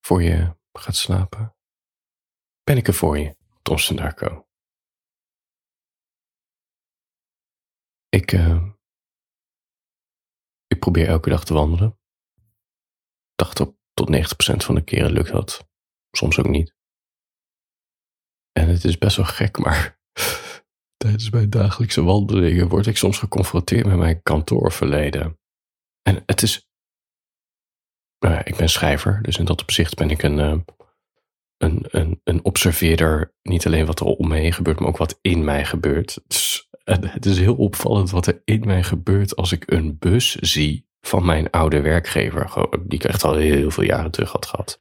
voor je gaat slapen, ben ik er voor je, Thomson Darko. Ik probeer elke dag te wandelen. 80 tot 90% van de keren lukt dat. Soms ook niet. En het is best wel gek, maar tijdens mijn dagelijkse wandelingen word ik soms geconfronteerd met mijn kantoorverleden. En het is... Nou ja, ik ben schrijver, dus in dat opzicht ben ik een observeerder. Niet alleen wat er om me heen gebeurt, maar ook wat in mij gebeurt. Het is heel opvallend wat er in mij gebeurt als ik een bus zie van mijn oude werkgever, die ik echt al heel veel jaren terug had gehad.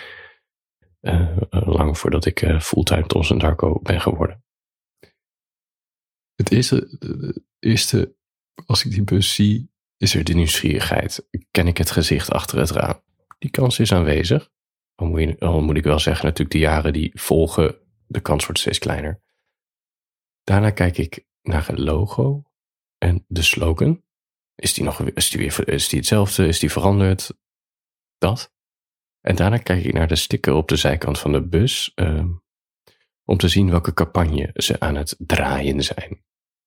Lang voordat ik fulltime Thomson Darko ben geworden. Het eerste, als ik die bus zie, is er de nieuwsgierigheid. Ken ik het gezicht achter het raam? Die kans is aanwezig. Al moet ik wel zeggen, natuurlijk de jaren die volgen, de kans wordt steeds kleiner. Daarna kijk ik naar het logo en de slogan. Is die hetzelfde? Is die veranderd? Dat. En daarna kijk ik naar de sticker op de zijkant van de bus, om te zien welke campagne ze aan het draaien zijn.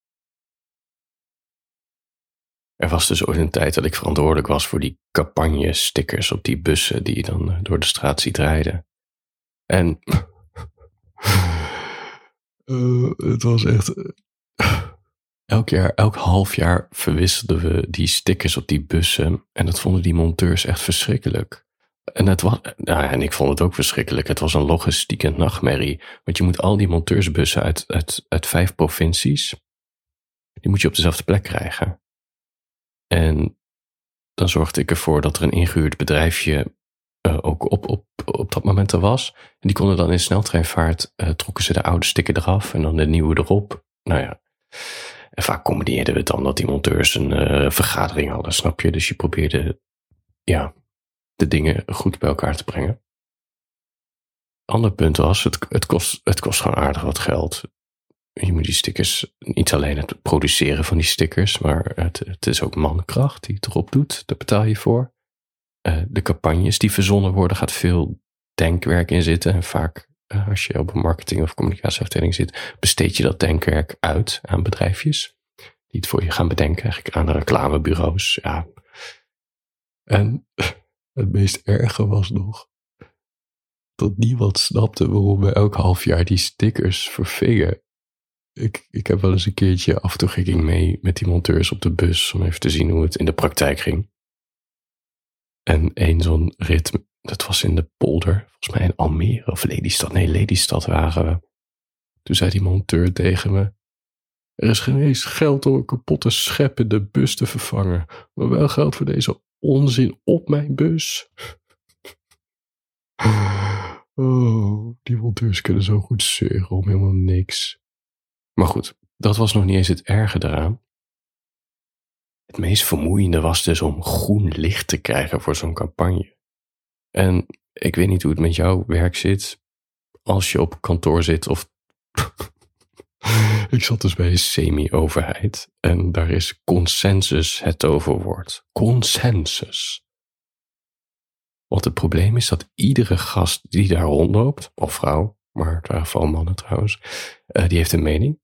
Er was dus ooit een tijd dat ik verantwoordelijk was voor die campagne-stickers op die bussen die je dan door de straat ziet rijden. En het was echt... Elk half jaar verwisselden we die stickers op die bussen en dat vonden die monteurs echt verschrikkelijk. En ik vond het ook verschrikkelijk. Het was een logistieke nachtmerrie, want je moet al die monteursbussen uit 5 provincies, die moet je op dezelfde plek krijgen. En dan zorgde ik ervoor dat er een ingehuurd bedrijfje ook op dat moment er was. En die konden dan in sneltreinvaart, trokken ze de oude sticker eraf en dan de nieuwe erop. Nou ja, en vaak combineerden we het dan dat die monteurs een vergadering hadden, snap je? Dus je probeerde, de dingen goed bij elkaar te brengen. Ander punt was, het kost gewoon aardig wat geld. Je moet die stickers, niet alleen het produceren van die stickers, maar het is ook mankracht die het erop doet. Daar betaal je voor. De campagnes die verzonnen worden, gaat veel denkwerk in zitten. En vaak, als je op een marketing- of communicatieafdeling zit, besteed je dat denkwerk uit aan bedrijfjes. Die het voor je gaan bedenken, eigenlijk aan de reclamebureaus. Ja. En het meest erge was nog dat niemand snapte waarom we elk half jaar die stickers vervingen. Ik heb wel eens een keertje, af en toe ging ik mee met die monteurs op de bus om even te zien hoe het in de praktijk ging. En één zo'n rit, dat was in de polder, volgens mij in Almere of Lelystad. Nee, Lelystad waren we. Toen zei die monteur tegen me: er is geen eens geld om een kapotte schep in de bus te vervangen, maar wel geld voor deze onzin op mijn bus. Oh, die monteurs kunnen zo goed zeuren om helemaal niks. Maar goed, dat was nog niet eens het erge eraan. Het meest vermoeiende was dus om groen licht te krijgen voor zo'n campagne. En ik weet niet hoe het met jouw werk zit, als je op kantoor zit of... Ik zat dus bij een semi-overheid en daar is consensus het toverwoord. Consensus. Want het probleem is dat iedere gast die daar rondloopt, of vrouw, maar het waren vooral mannen trouwens, die heeft een mening.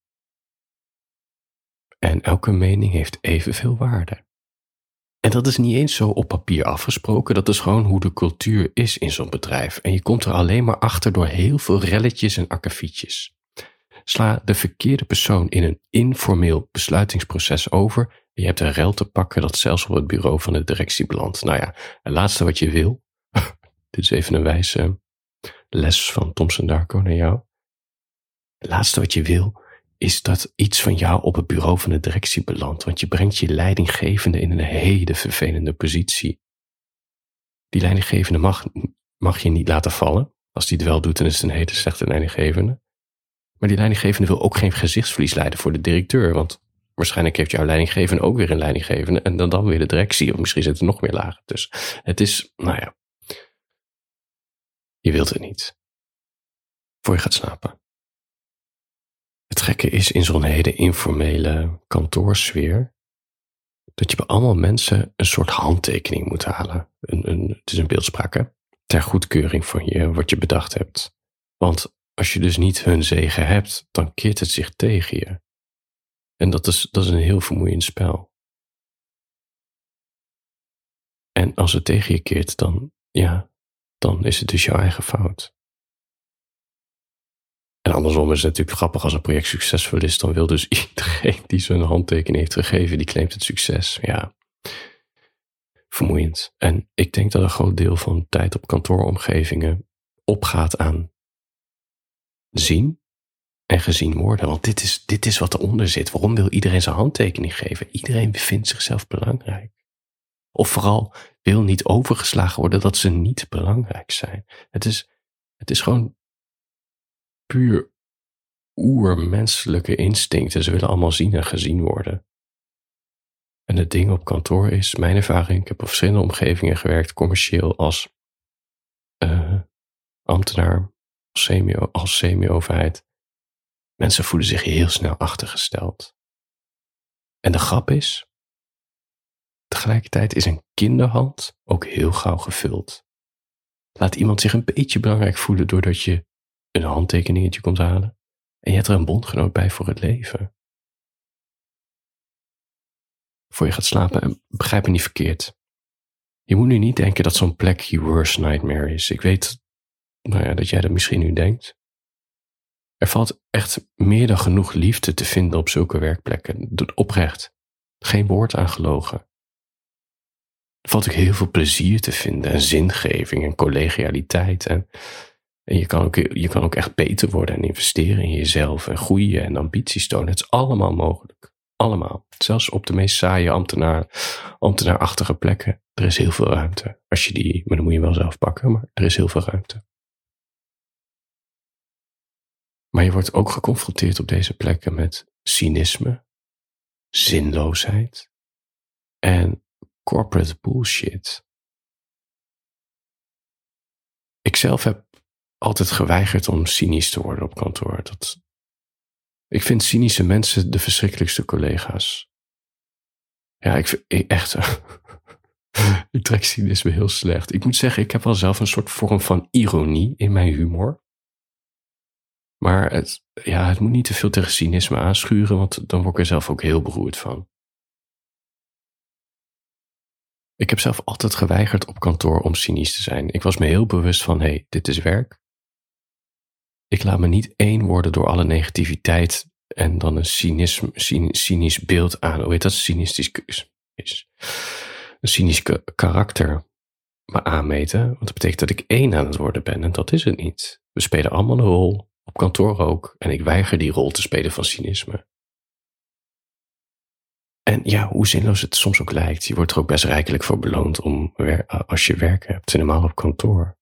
En elke mening heeft evenveel waarde. En dat is niet eens zo op papier afgesproken, dat is gewoon hoe de cultuur is in zo'n bedrijf. En je komt er alleen maar achter door heel veel relletjes en akkefietjes. Sla de verkeerde persoon in een informeel besluitingsproces over en je hebt een rel te pakken dat zelfs op het bureau van de directie belandt. Nou ja, het laatste wat je wil, dit is even een wijze les van Thomson Darko naar jou. Het laatste wat je wil is dat iets van jou op het bureau van de directie belandt, want je brengt je leidinggevende in een hele vervelende positie. Die leidinggevende mag je niet laten vallen. Als die het wel doet, dan is het een hele slechte leidinggevende. Maar die leidinggevende wil ook geen gezichtsverlies leiden voor de directeur, want waarschijnlijk heeft jouw leidinggevende ook weer een leidinggevende en dan weer de directie, of misschien zit er nog meer lagen tussen. Het is, je wilt het niet. Voor je gaat slapen. Het gekke is in zo'n hele informele kantoorsfeer dat je bij allemaal mensen een soort handtekening moet halen. Het is een beeldspraak, hè? ter goedkeuring van je wat je bedacht hebt. Want als je dus niet hun zegen hebt, dan keert het zich tegen je. En dat is een heel vermoeiend spel. En als het tegen je keert, dan is het dus jouw eigen fout. En andersom is het natuurlijk grappig als een project succesvol is, dan wil dus iedereen die zijn handtekening heeft gegeven, die claimt het succes. Ja, vermoeiend. En ik denk dat een groot deel van tijd op kantooromgevingen opgaat aan zien en gezien worden. Want dit is wat eronder zit. Waarom wil iedereen zijn handtekening geven? Iedereen vindt zichzelf belangrijk. Of vooral wil niet overgeslagen worden dat ze niet belangrijk zijn. Het is gewoon puur oermenselijke instincten. Ze willen allemaal zien en gezien worden. En het ding op kantoor is, mijn ervaring, ik heb op verschillende omgevingen gewerkt, commercieel als ambtenaar, als semi-overheid. Mensen voelen zich heel snel achtergesteld. En de grap is, tegelijkertijd is een kinderhand ook heel gauw gevuld. Laat iemand zich een beetje belangrijk voelen doordat je een handtekeningetje komt halen en je hebt er een bondgenoot bij voor het leven. Voor je gaat slapen, en begrijp me niet verkeerd. Je moet nu niet denken dat zo'n plek je worst nightmare is. Ik weet dat jij dat misschien nu denkt. Er valt echt meer dan genoeg liefde te vinden op zulke werkplekken. Oprecht. Geen woord aan gelogen. Er valt ook heel veel plezier te vinden en zingeving en collegialiteit. En je kan ook echt beter worden en investeren in jezelf en groeien en ambities tonen. Het is allemaal mogelijk. Allemaal. Zelfs op de meest saaie ambtenaarachtige plekken. Er is heel veel ruimte. Maar dan moet je wel zelf pakken, maar er is heel veel ruimte. Maar je wordt ook geconfronteerd op deze plekken met cynisme, zinloosheid en corporate bullshit. Ik zelf heb altijd geweigerd om cynisch te worden op kantoor. Ik vind cynische mensen de verschrikkelijkste collega's. Ja, echt. Ik trek cynisme heel slecht. Ik moet zeggen, ik heb wel zelf een soort vorm van ironie in mijn humor. Maar het moet niet te veel tegen cynisme aanschuren, want dan word ik er zelf ook heel beroerd van. Ik heb zelf altijd geweigerd op kantoor om cynisch te zijn. Ik was me heel bewust van, dit is werk. Ik laat me niet één worden door alle negativiteit en dan een cynisch beeld aan. Hoe heet dat? Een cynisch karakter me aanmeten. Want dat betekent dat ik één aan het worden ben en dat is het niet. We spelen allemaal een rol, op kantoor ook. En ik weiger die rol te spelen van cynisme. En ja, hoe zinloos het soms ook lijkt, je wordt er ook best rijkelijk voor beloond als je werk hebt, helemaal op kantoor.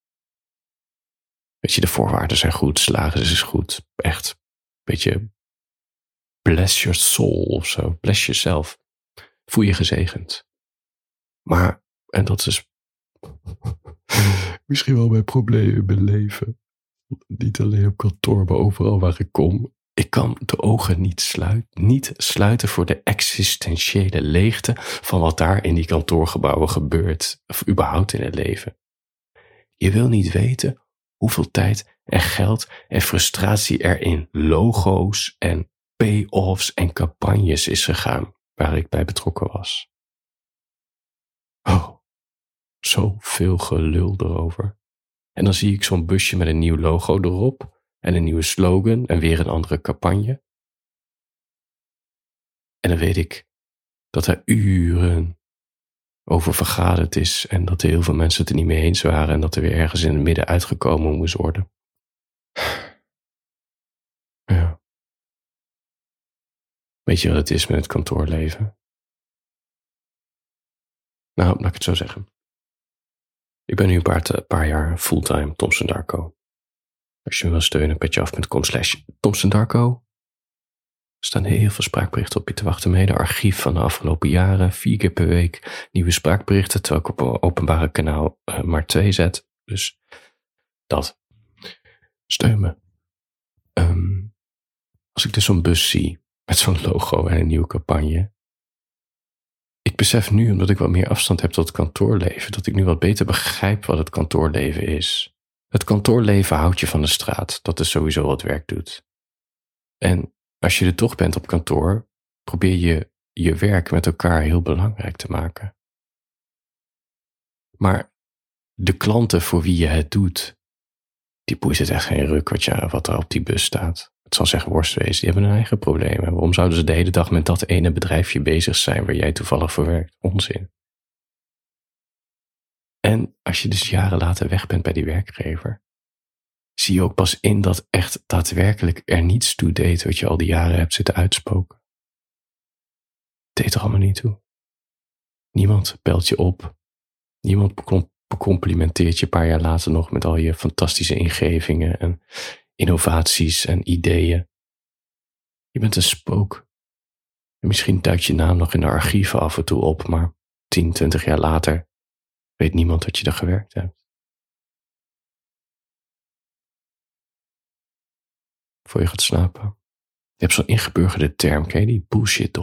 Weet je, de voorwaarden zijn goed, salaris is goed, echt. Een beetje bless your soul of zo, bless yourself. Voel je gezegend. Maar, en dat is misschien wel mijn probleem in mijn leven. Niet alleen op kantoor, maar overal waar ik kom. Ik kan de ogen niet sluiten voor de existentiële leegte van wat daar in die kantoorgebouwen gebeurt, of überhaupt in het leven. Je wil niet weten hoeveel tijd en geld en frustratie er in logo's en payoffs en campagnes is gegaan waar ik bij betrokken was. Oh, zoveel gelul erover. En dan zie ik zo'n busje met een nieuw logo erop en een nieuwe slogan en weer een andere campagne. En dan weet ik dat er uren over vergaderd is en dat er heel veel mensen het er niet mee eens waren en dat er weer ergens in het midden uitgekomen moest worden. Ja. Weet je wat het is met het kantoorleven? Nou, laat ik het zo zeggen. Ik ben nu een paar jaar fulltime Thomson Darko. Als je me wil steunen, petjeaf.com/ThomsonDarko. Er staan heel veel spraakberichten op je te wachten. Mede archief van de afgelopen jaren. 4 keer per week nieuwe spraakberichten. Terwijl ik op een openbare kanaal maar 2 zet. Dus dat. Steun me. Als ik dus zo'n bus zie met zo'n logo en een nieuwe campagne. besef nu, omdat ik wat meer afstand heb tot het kantoorleven, dat ik nu wat beter begrijp wat het kantoorleven is. Het kantoorleven houdt je van de straat. Dat is sowieso wat werk doet. En als je er toch bent op kantoor, probeer je je werk met elkaar heel belangrijk te maken. Maar de klanten voor wie je het doet, die boeit het echt geen ruk wat er op die bus staat. Het zal zeggen worst wezen, die hebben hun eigen problemen. Waarom zouden ze de hele dag met dat ene bedrijfje bezig zijn waar jij toevallig voor werkt? Onzin. En als je dus jaren later weg bent bij die werkgever, zie je ook pas in dat echt daadwerkelijk er niets toe deed wat je al die jaren hebt zitten uitspoken. Het deed er allemaal niet toe. Niemand belt je op. Niemand becomplimenteert je een paar jaar later nog met al je fantastische ingevingen en innovaties en ideeën. Je bent een spook. En misschien duikt je naam nog in de archieven af en toe op, maar 10, 20 jaar later weet niemand dat je er gewerkt hebt. Voor je gaat slapen. Je hebt zo'n ingeburgerde term, ken je die? Bullshit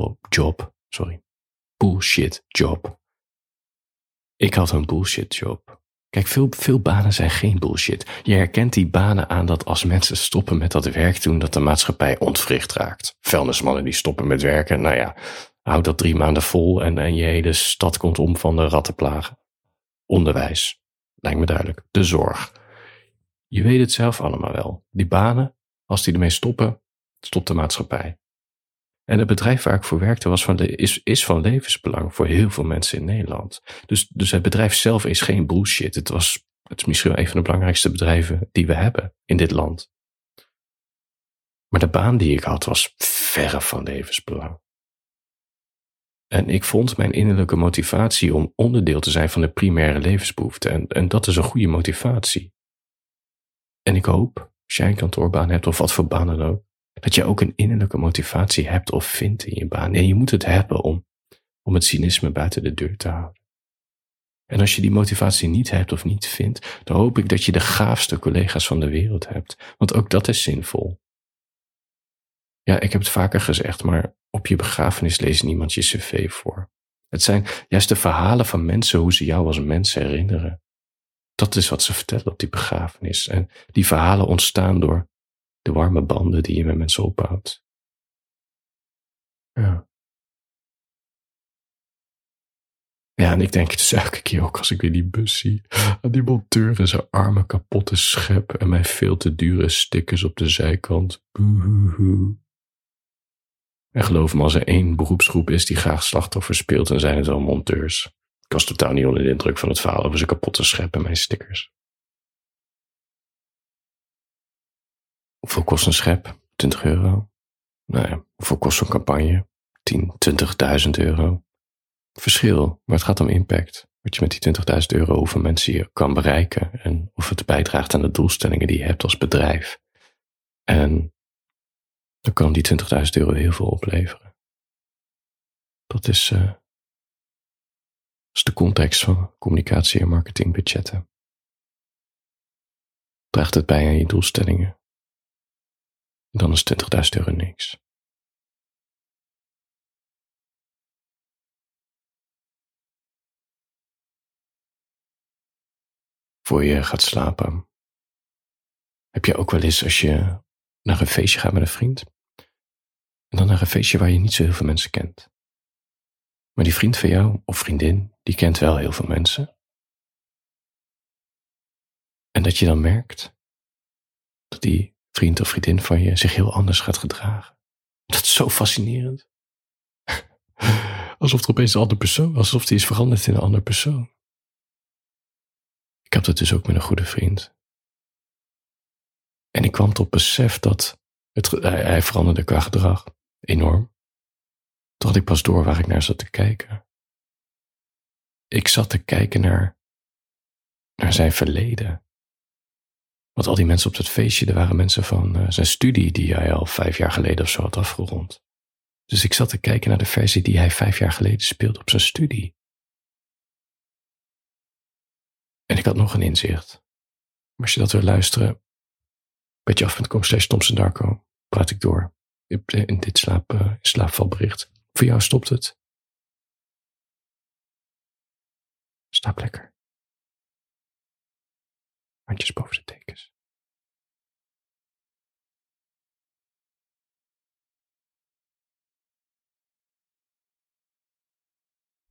job. Ik had een bullshit job. Kijk, veel banen zijn geen bullshit. Je herkent die banen aan dat als mensen stoppen met dat werk doen, dat de maatschappij ontwricht raakt. Vuilnismannen die stoppen met werken, nou ja, houd dat 3 maanden vol en je hele stad komt om van de rattenplagen. Onderwijs, lijkt me duidelijk. De zorg. Je weet het zelf allemaal wel. Die banen, als die ermee stoppen, stopt de maatschappij. En het bedrijf waar ik voor werkte is van levensbelang voor heel veel mensen in Nederland. Dus het bedrijf zelf is geen bullshit. Het is misschien wel een van de belangrijkste bedrijven die we hebben in dit land. Maar de baan die ik had was verre van levensbelang. En ik vond mijn innerlijke motivatie om onderdeel te zijn van de primaire levensbehoeften. En dat is een goede motivatie. En ik hoop, als jij een kantoorbaan hebt of wat voor baan dan ook, dat je ook een innerlijke motivatie hebt of vindt in je baan. En je moet het hebben om het cynisme buiten de deur te houden. En als je die motivatie niet hebt of niet vindt, dan hoop ik dat je de gaafste collega's van de wereld hebt. Want ook dat is zinvol. Ja, ik heb het vaker gezegd, maar op je begrafenis leest niemand je cv voor. Het zijn juist de verhalen van mensen hoe ze jou als mens herinneren. Dat is wat ze vertellen op die begrafenis. En die verhalen ontstaan door de warme banden die je met mensen opbouwt. Ja. Ja, en ik denk het dus elke keer ook als ik weer die bus zie. Aan die monteur en zijn arme kapotte schep en mijn veel te dure stickers op de zijkant. Boehoehoe. En geloof me, als er 1 beroepsgroep is die graag slachtoffer speelt, dan zijn het wel monteurs. Ik was totaal niet onder de indruk van het verhaal over zijn kapotte schep en mijn stickers. Hoeveel kost een schep? 20 euro. Nou ja, hoeveel kost zo'n campagne? 10, 20.000 euro. Verschil, maar het gaat om impact. Wat je met die 20.000 euro, hoeveel mensen je kan bereiken en of het bijdraagt aan de doelstellingen die je hebt als bedrijf. En dan kan die 20.000 euro heel veel opleveren. Dat is de context van communicatie en marketingbudgetten. Draagt het bij aan je doelstellingen? Dan is 20.000 euro niks. Voor je gaat slapen, heb je ook wel eens als je naar een feestje gaat met een vriend, en dan naar een feestje waar je niet zo heel veel mensen kent. Maar die vriend van jou of vriendin, die kent wel heel veel mensen. En dat je dan merkt dat die vriend of vriendin van je zich heel anders gaat gedragen. Dat is zo fascinerend. Alsof er opeens een andere persoon, alsof die is veranderd in een andere persoon. Ik had het dus ook met een goede vriend. En ik kwam tot besef dat hij veranderde qua gedrag enorm. Toen had ik pas door waar ik naar zat te kijken. Ik zat te kijken naar zijn verleden. Want al die mensen op dat feestje, er waren mensen van zijn studie die hij al 5 jaar geleden of zo had afgerond. Dus ik zat te kijken naar de versie die hij 5 jaar geleden speelde op zijn studie. En ik had nog een inzicht. Maar als je dat wil luisteren, petjeaf.com/TomsonDarko, praat ik door in dit slaapvalbericht. Voor jou stopt het. Slaap lekker. Handjes boven de tekens.